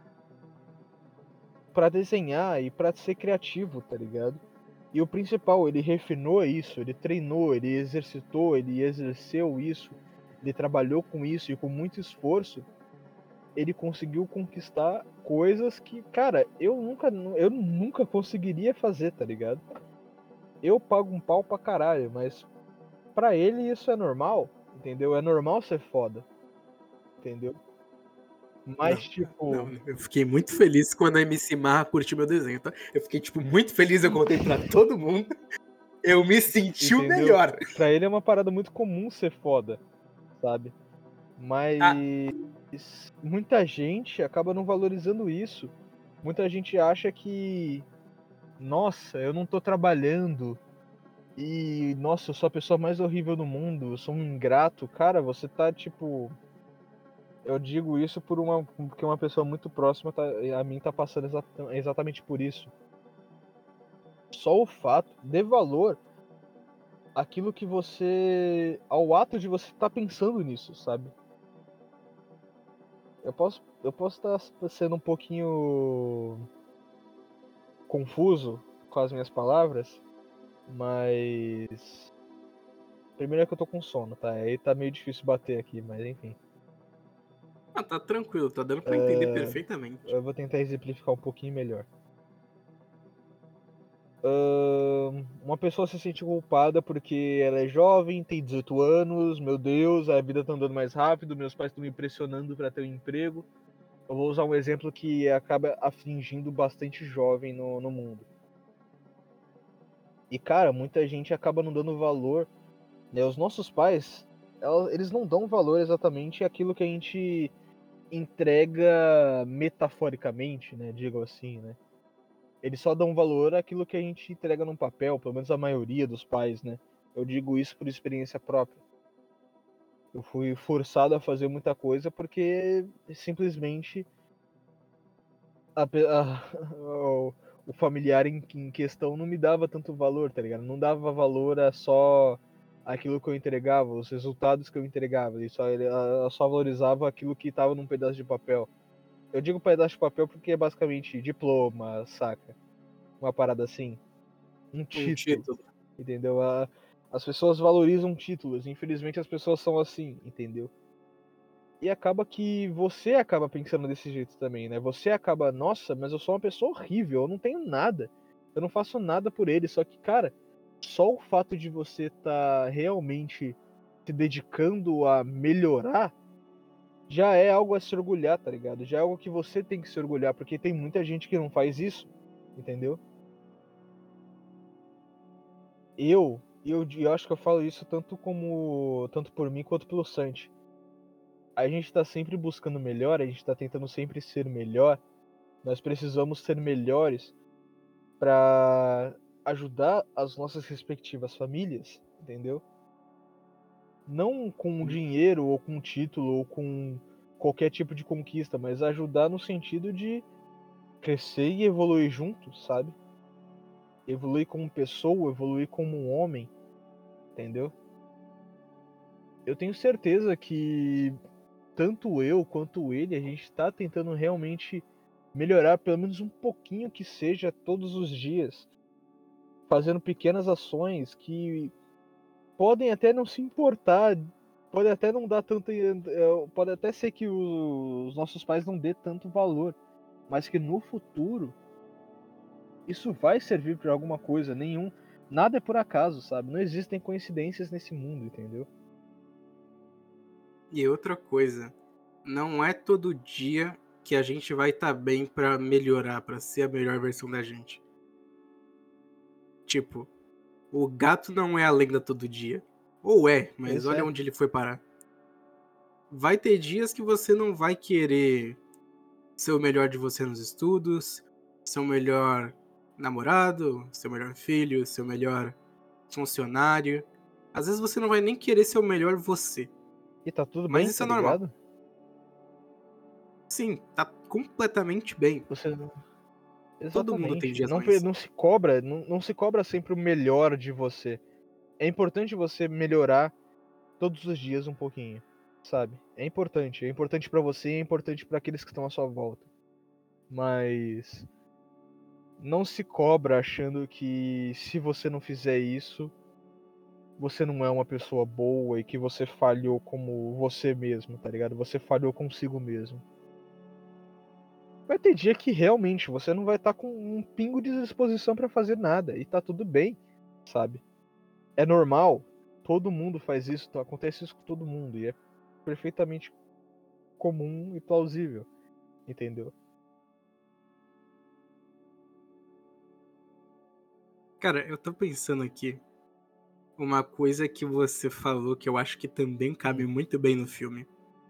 pra desenhar e pra ser criativo, tá ligado? E o principal, ele refinou isso, ele treinou, ele exercitou, ele exerceu isso, ele trabalhou com isso e com muito esforço, ele conseguiu conquistar coisas que, cara, eu nunca conseguiria fazer, tá ligado? Eu pago um pau pra caralho, mas pra ele isso é normal, entendeu? É normal ser foda, entendeu? Mas, Não, tipo, não, eu fiquei muito feliz quando a MC Marra curtiu meu desenho, tá? Eu fiquei, tipo, muito feliz, eu contei pra todo mundo. Eu me senti o entendeu? melhor. Pra ele é uma parada muito comum ser foda, sabe? Ah, Mas muita gente acaba não valorizando isso. Muita gente acha que, nossa, eu não tô trabalhando e, nossa, eu sou a pessoa mais horrível do mundo, eu sou um ingrato. Cara, você tá, tipo, Eu digo isso porque uma pessoa muito próxima a mim tá passando exatamente por isso. Só o fato, dê valor àquilo que você. Ao ato de você estar pensando nisso, sabe? Eu posso estar sendo um pouquinho confuso com as minhas palavras, mas. Primeiro é que eu tô com sono, tá? Aí tá meio difícil bater aqui, mas enfim. Ah, tá tranquilo, tá dando pra entender perfeitamente. Eu vou tentar exemplificar um pouquinho melhor. Uma pessoa se sente culpada porque ela é jovem, tem 18 anos, meu Deus, a vida tá andando mais rápido, meus pais estão me pressionando para ter um emprego. Eu vou usar um exemplo que acaba afligindo bastante jovem no mundo. E cara, muita gente acaba não dando valor, né? Os nossos pais, eles não dão valor exatamente àquilo que a gente entrega metaforicamente, né? Digo assim, né? Eles só dão valor àquilo que a gente entrega num papel, pelo menos a maioria dos pais, né? Eu digo isso por experiência própria. Eu fui forçado a fazer muita coisa porque simplesmente o familiar em questão não me dava tanto valor, tá ligado? Não dava valor a só aquilo que eu entregava, os resultados que eu entregava. Ele só valorizava aquilo que estava num pedaço de papel. Eu digo pedaço de papel porque é basicamente diploma, saca? Uma parada assim. Um Um título, título. entendeu? As pessoas valorizam títulos, infelizmente as pessoas são assim, entendeu? E acaba que você acaba pensando desse jeito também, né? Você acaba, nossa, mas eu sou uma pessoa horrível, eu não tenho nada, eu não faço nada por ele. Só que, cara, só o fato de você estar realmente se dedicando a melhorar já é algo a se orgulhar, tá ligado? Já é algo que você tem que se orgulhar, porque tem muita gente que não faz isso, entendeu? Eu acho que eu falo isso tanto por mim quanto pelo Santi. A gente tá sempre buscando melhor, a gente tá tentando sempre ser melhor. Nós precisamos ser melhores para ajudar as nossas respectivas famílias, entendeu? Não com dinheiro ou com título ou com qualquer tipo de conquista, mas ajudar no sentido de crescer e evoluir juntos, sabe? Evoluir como pessoa, evoluir como um homem, entendeu? Eu tenho certeza que tanto eu quanto ele, a gente está tentando realmente melhorar pelo menos um pouquinho que seja todos os dias, fazendo pequenas ações que podem até não se importar, pode até não dar tanto, pode até ser que os nossos pais não dê tanto valor, mas que no futuro isso vai servir para alguma coisa. Nada é por acaso, sabe? Não existem coincidências nesse mundo, entendeu? E outra coisa, não é todo dia que a gente vai estar bem pra melhorar, pra ser a melhor versão da gente. Tipo, o gato não é a lenda todo dia. Ou é, mas Pois olha é. onde ele foi parar. Vai ter dias que você não vai querer ser o melhor de você nos estudos, ser o melhor namorado, seu melhor filho, seu melhor funcionário. Às vezes você não vai nem querer ser o melhor você. E tá tudo Mas bem, isso tá é normal. ligado? Sim, tá completamente bem. Você Todo mundo tem Exatamente. dias ruins. Não se cobra sempre o melhor de você. É importante você melhorar todos os dias um pouquinho, sabe? É importante pra você, é importante pra aqueles que estão à sua volta. Mas não se cobra achando que se você não fizer isso, você não é uma pessoa boa e que você falhou como você mesmo, tá ligado? Você falhou consigo mesmo. Vai ter dia que realmente você não vai estar com um pingo de disposição pra fazer nada e tá tudo bem, sabe? É normal, todo mundo faz isso, então acontece isso com todo mundo e é perfeitamente comum e plausível, entendeu? Cara, eu tô pensando aqui uma coisa que você falou que eu acho que também cabe muito bem no filme.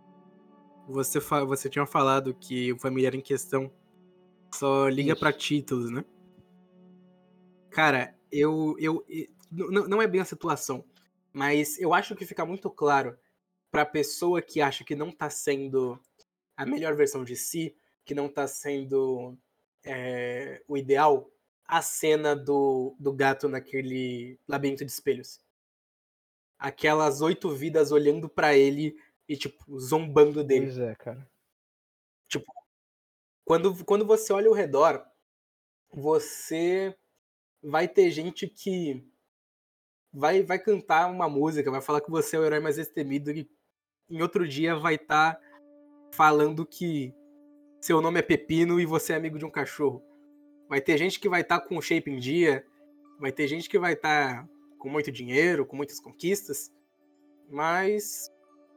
Você tinha falado que o familiar em questão só liga pra Isso. títulos, né? Cara, não é bem a situação, mas eu acho que fica muito claro pra pessoa que acha que não tá sendo a melhor versão de si, que não tá sendo o ideal, a cena do gato naquele labirinto de espelhos. Aquelas 8 vidas olhando pra ele e, tipo, zombando dele. Pois é, cara. Tipo, quando você olha ao redor, você vai ter gente que vai cantar uma música, vai falar que você é o herói mais destemido e em outro dia vai estar falando que seu nome é Pepino e você é amigo de um cachorro. Vai ter gente que vai estar com o shape em dia, vai ter gente que vai estar com muito dinheiro, com muitas conquistas, mas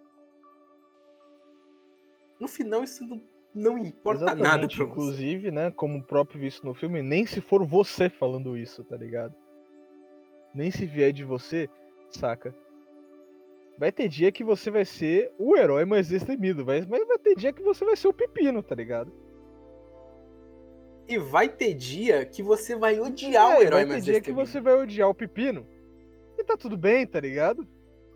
no final isso não importa nada Exatamente, pra você. inclusive, né, como o próprio visto no filme, nem se for você falando isso, tá ligado? Nem se vier de você, saca? Vai ter dia que você vai ser o herói mais destemido, mas vai ter dia que você vai ser o pepino, tá ligado? E vai ter dia que você vai odiar o herói vai ter mais dia que destemido. você vai odiar o pepino. E tá tudo bem, tá ligado?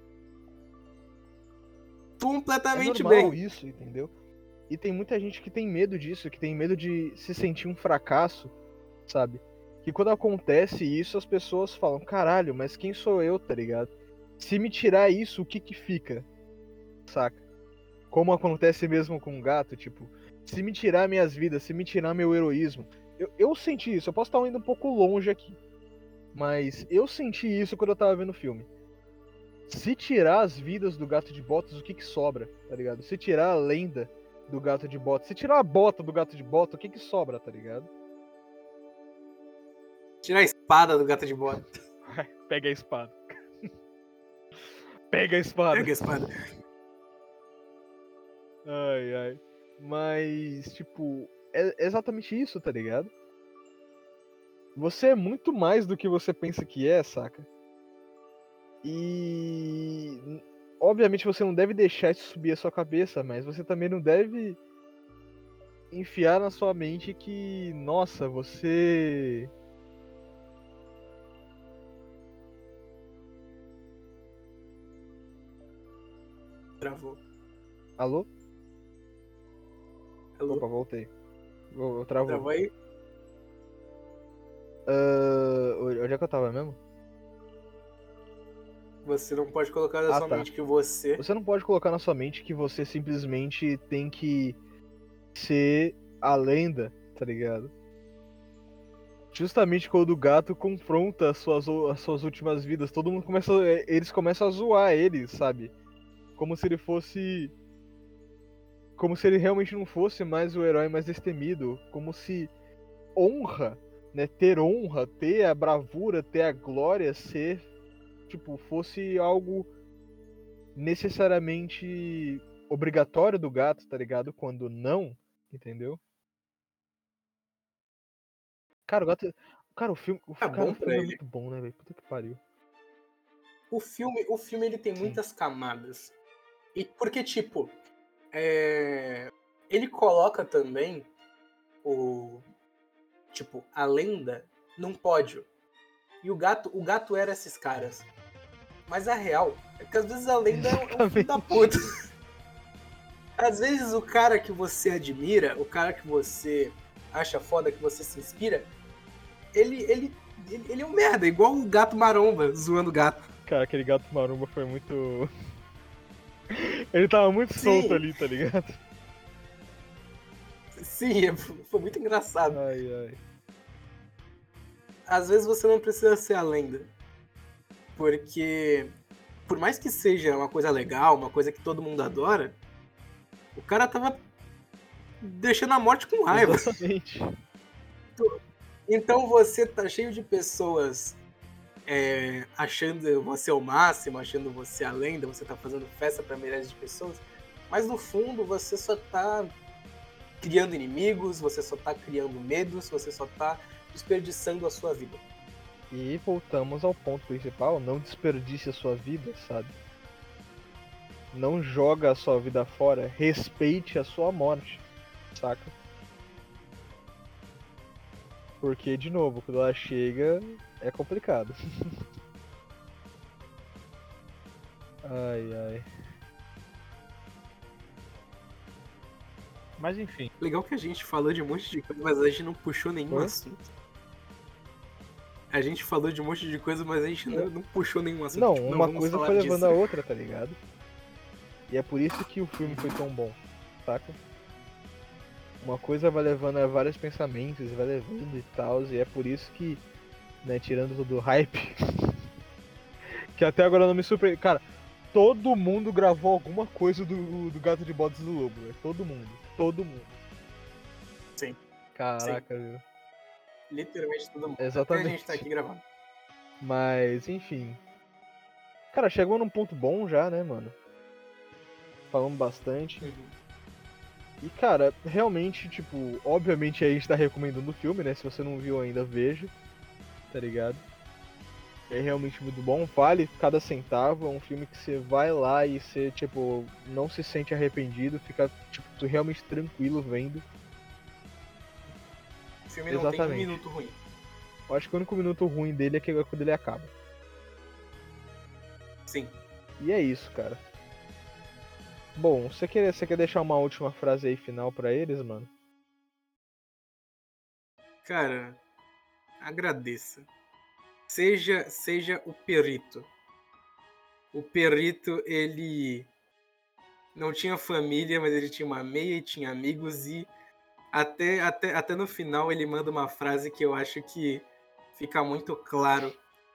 É Completamente normal bem. isso, entendeu? E tem muita gente que tem medo disso, que tem medo de se sentir um fracasso, sabe? Que quando acontece isso, as pessoas falam, caralho, mas quem sou eu, tá ligado? Se me tirar isso, o que que fica? Saca? Como acontece mesmo com o gato, tipo, se me tirar minhas vidas, se me tirar meu heroísmo. Eu senti isso, eu posso estar indo um pouco longe aqui. Mas eu senti isso quando eu tava vendo o filme. Se tirar as vidas do gato de botas, o que que sobra, tá ligado? Se tirar a lenda do gato de botas, se tirar a bota do gato de bota, o que que sobra, tá ligado? Tirar a espada do gato de bota. Pega a espada. Pega a espada. Pega a espada. Ai, ai. Mas, tipo, é exatamente isso, tá ligado? Você é muito mais do que você pensa que é, saca? E obviamente você não deve deixar isso subir a sua cabeça, mas você também não deve enfiar na sua mente que, nossa, você. Travou. Alô? Alô? Opa, voltei. Travou. Travou aí? Onde é que eu tava mesmo? Você não pode colocar na sua tá. mente que você... Você não pode colocar na sua mente que você simplesmente tem que ser a lenda, tá ligado? Justamente quando o gato confronta as suas últimas vidas, todo mundo começa. Eles começam a zoar ele, sabe? Como se ele fosse. Como se ele realmente não fosse mais o herói mais destemido. Como se honra, né? Ter honra, ter a bravura, ter a glória, ser. Tipo, fosse algo necessariamente obrigatório do gato, tá ligado? Quando não, entendeu? Cara, o gato. Cara, o filme. É Cara, bom o pra filme é ele. muito bom, né, velho? Puta que pariu. O filme ele tem Sim. muitas camadas. E porque, tipo, ele coloca também a lenda num pódio. E o gato era esses caras. Mas a real é que às vezes a lenda é um filho da puta. Às vezes o cara que você admira, o cara que você acha foda, que você se inspira, ele é um merda, igual o gato maromba zoando o gato. Cara, aquele gato maromba foi muito. Ele tava muito solto ali, tá ligado? Sim, foi muito engraçado. Ai, ai. Às vezes você não precisa ser a lenda. Porque, por mais que seja uma coisa legal, uma coisa que todo mundo adora, o cara tava deixando a morte com raiva. Exatamente. Então você tá cheio de pessoas achando você o máximo, achando você a lenda, você tá fazendo festa para milhares de pessoas, mas no fundo você só tá criando inimigos, você só tá criando medos, você só tá desperdiçando a sua vida. E voltamos ao ponto principal, não desperdice a sua vida, sabe? Não joga a sua vida fora, respeite a sua morte, saca? Porque, de novo, quando ela chega, é complicado. Ai, ai. Mas enfim. Legal que a gente falou de um monte de coisa, mas a gente não puxou nenhum Oi? assunto. A gente falou de um monte de coisa, mas a gente não puxou nenhum assunto. Não, Tipo, uma vamos coisa falar foi levando disso. a outra, tá ligado? E é por isso que o filme foi tão bom, saca? Uma coisa vai levando a vários pensamentos, vai levando e tal, e é por isso que, né, tirando todo o hype, que até agora não me surpreende. Cara, todo mundo gravou alguma coisa do Gato de Botas do Lobo, velho. Todo mundo. Todo mundo. Sim. Caraca, viu? Literalmente todo mundo. Exatamente. Até a gente tá aqui gravando. Mas, enfim. Cara, chegou num ponto bom já, né, mano? Falamos bastante. E, cara, realmente, tipo, obviamente a gente tá recomendando o filme, né? Se você não viu ainda, veja. Tá ligado? É realmente muito bom, vale cada centavo. É um filme que você vai lá e você, tipo, não se sente arrependido, fica, tipo, realmente tranquilo vendo. O filme não tem um Exatamente. minuto ruim. Eu acho que o único minuto ruim dele é quando ele acaba. Sim. E é isso, cara. Bom, você quer deixar uma última frase aí final pra eles, mano? Cara, agradeça. Seja o perito. O perito, ele não tinha família, mas ele tinha uma meia e tinha amigos, e até no final ele manda uma frase que eu acho que fica muito claro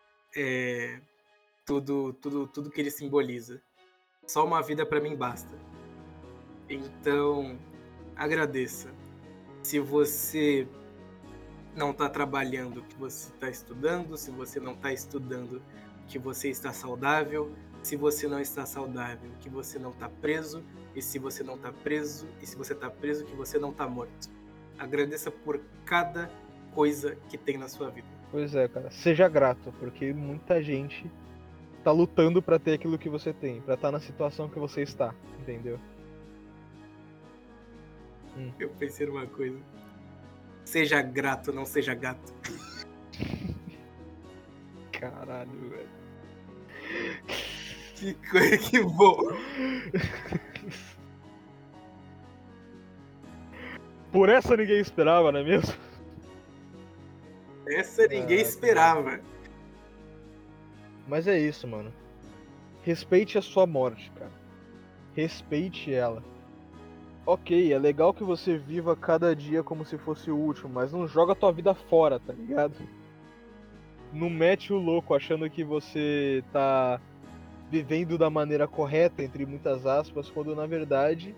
tudo que ele simboliza. Só uma vida pra mim basta. Então, agradeça. Se você não tá trabalhando, que você tá estudando. Se você não tá estudando, que você está saudável. Se você não está saudável, que você não tá preso. E se você não tá preso, e se você tá preso, que você não tá morto. Agradeça por cada coisa que tem na sua vida. Pois é, cara. Seja grato, porque muita gente tá lutando pra ter aquilo que você tem, pra estar na situação que você está, entendeu? Eu pensei numa coisa. Seja grato, não seja gato. Caralho, velho. Que coisa que boa. Por essa ninguém esperava, não é mesmo? Essa ninguém esperava. Mas é isso, mano. Respeite a sua morte, cara. Respeite ela. Ok, é legal que você viva cada dia como se fosse o último, mas não joga tua vida fora, tá ligado? Não mete o louco achando que você tá vivendo da maneira correta, entre muitas aspas, quando na verdade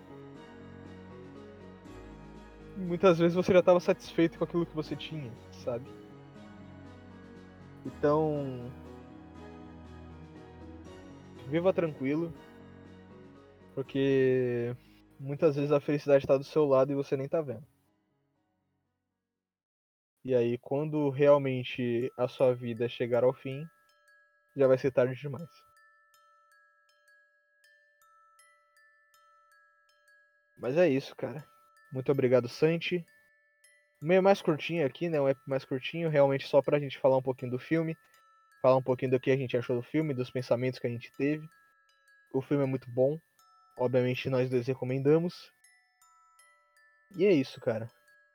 muitas vezes você já estava satisfeito com aquilo que você tinha, sabe? Então, viva tranquilo, porque muitas vezes a felicidade está do seu lado e você nem tá vendo. E aí, quando realmente a sua vida chegar ao fim, já vai ser tarde demais. Mas é isso, cara. Muito obrigado, Santi. Meio mais curtinho aqui, né? Um app mais curtinho, realmente só pra gente falar um pouquinho do filme, falar um pouquinho do que a gente achou do filme, dos pensamentos que a gente teve. O filme é muito bom. Obviamente nós dois recomendamos. E é isso, cara.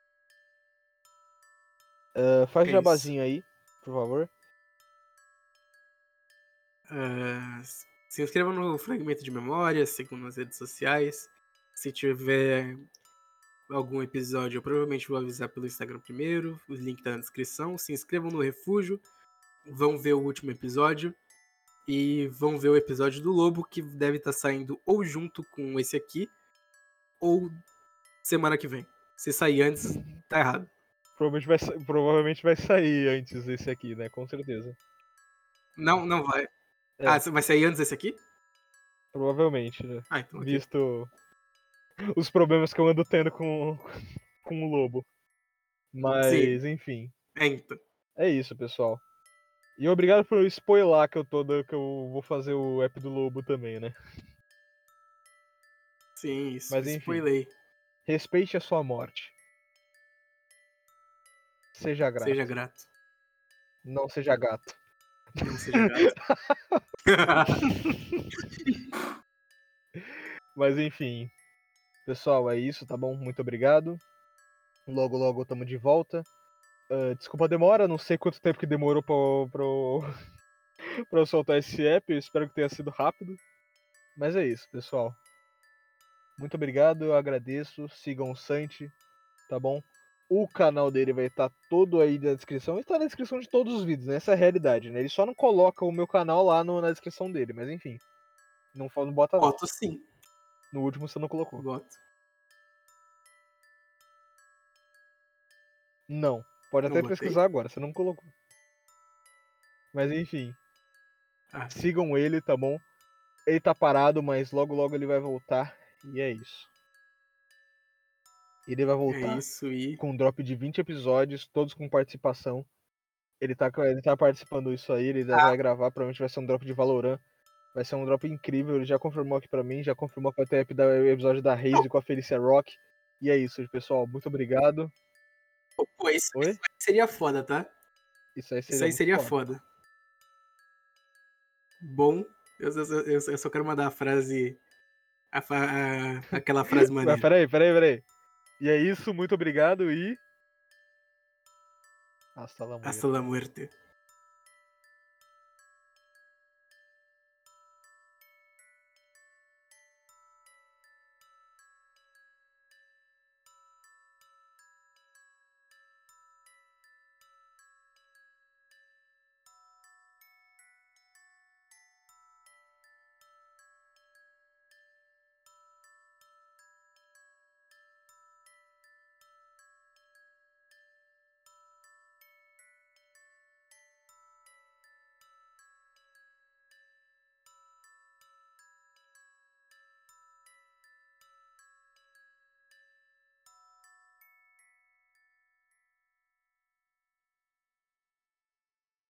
Faz É jabazinho aí, por favor. Se inscreva no Fragmento de Memória, sigam nas redes sociais. Se tiver algum episódio, eu provavelmente vou avisar pelo Instagram primeiro. O link tá na descrição. Se inscrevam no Refúgio. Vão ver o último episódio. E vão ver o episódio do Lobo, que deve estar saindo ou junto com esse aqui, ou semana que vem. Se sair antes, tá errado. Provavelmente vai sair antes desse aqui, né? Com certeza. Não vai. É. Ah, vai sair antes desse aqui? Provavelmente, né? Ah, então ok. Visto os problemas que eu ando tendo com o Lobo. Mas, enfim. Então. É isso, pessoal. E obrigado por spoiler que eu vou fazer o app do Lobo também, né? Sim, isso. Mas enfim. Spoilei. Respeite a sua morte. Seja grato. Seja grato. Não seja gato. Não seja gato. Mas enfim. Pessoal, é isso, tá bom? Muito obrigado. Logo, logo tamo de volta. Desculpa a demora, não sei quanto tempo que demorou pra eu soltar esse app. Eu espero que tenha sido rápido. Mas é isso, pessoal. Muito obrigado, eu agradeço. Sigam o Santi, tá bom? O canal dele vai estar todo aí na descrição. Está na descrição de todos os vídeos, né? Essa é a realidade, né? Ele só não coloca o meu canal lá na descrição dele, mas enfim. Não bota não. Boto sim. No último você não colocou. Boto. Não. Pode Não até botei? pesquisar agora, você não colocou. Mas enfim. Ah. Sigam ele, tá bom? Ele tá parado, mas logo logo ele vai voltar. E é isso. Ele vai É voltar isso e. com um drop de 20 episódios, todos com participação. Ele tá participando disso aí, ele vai gravar, provavelmente vai ser um drop de Valorant. Vai ser um drop incrível, ele já confirmou aqui pra mim, já confirmou que vai ter o episódio da Raze com a Felicia Rock. E é isso, pessoal. Muito obrigado. Pô, isso Oi? seria foda, tá? Isso aí Isso aí muito seria foda. foda. Bom, eu só quero mandar a frase. Aquela frase Mas maneira. peraí. E é isso, muito obrigado e. Hasta la Hasta la muerte.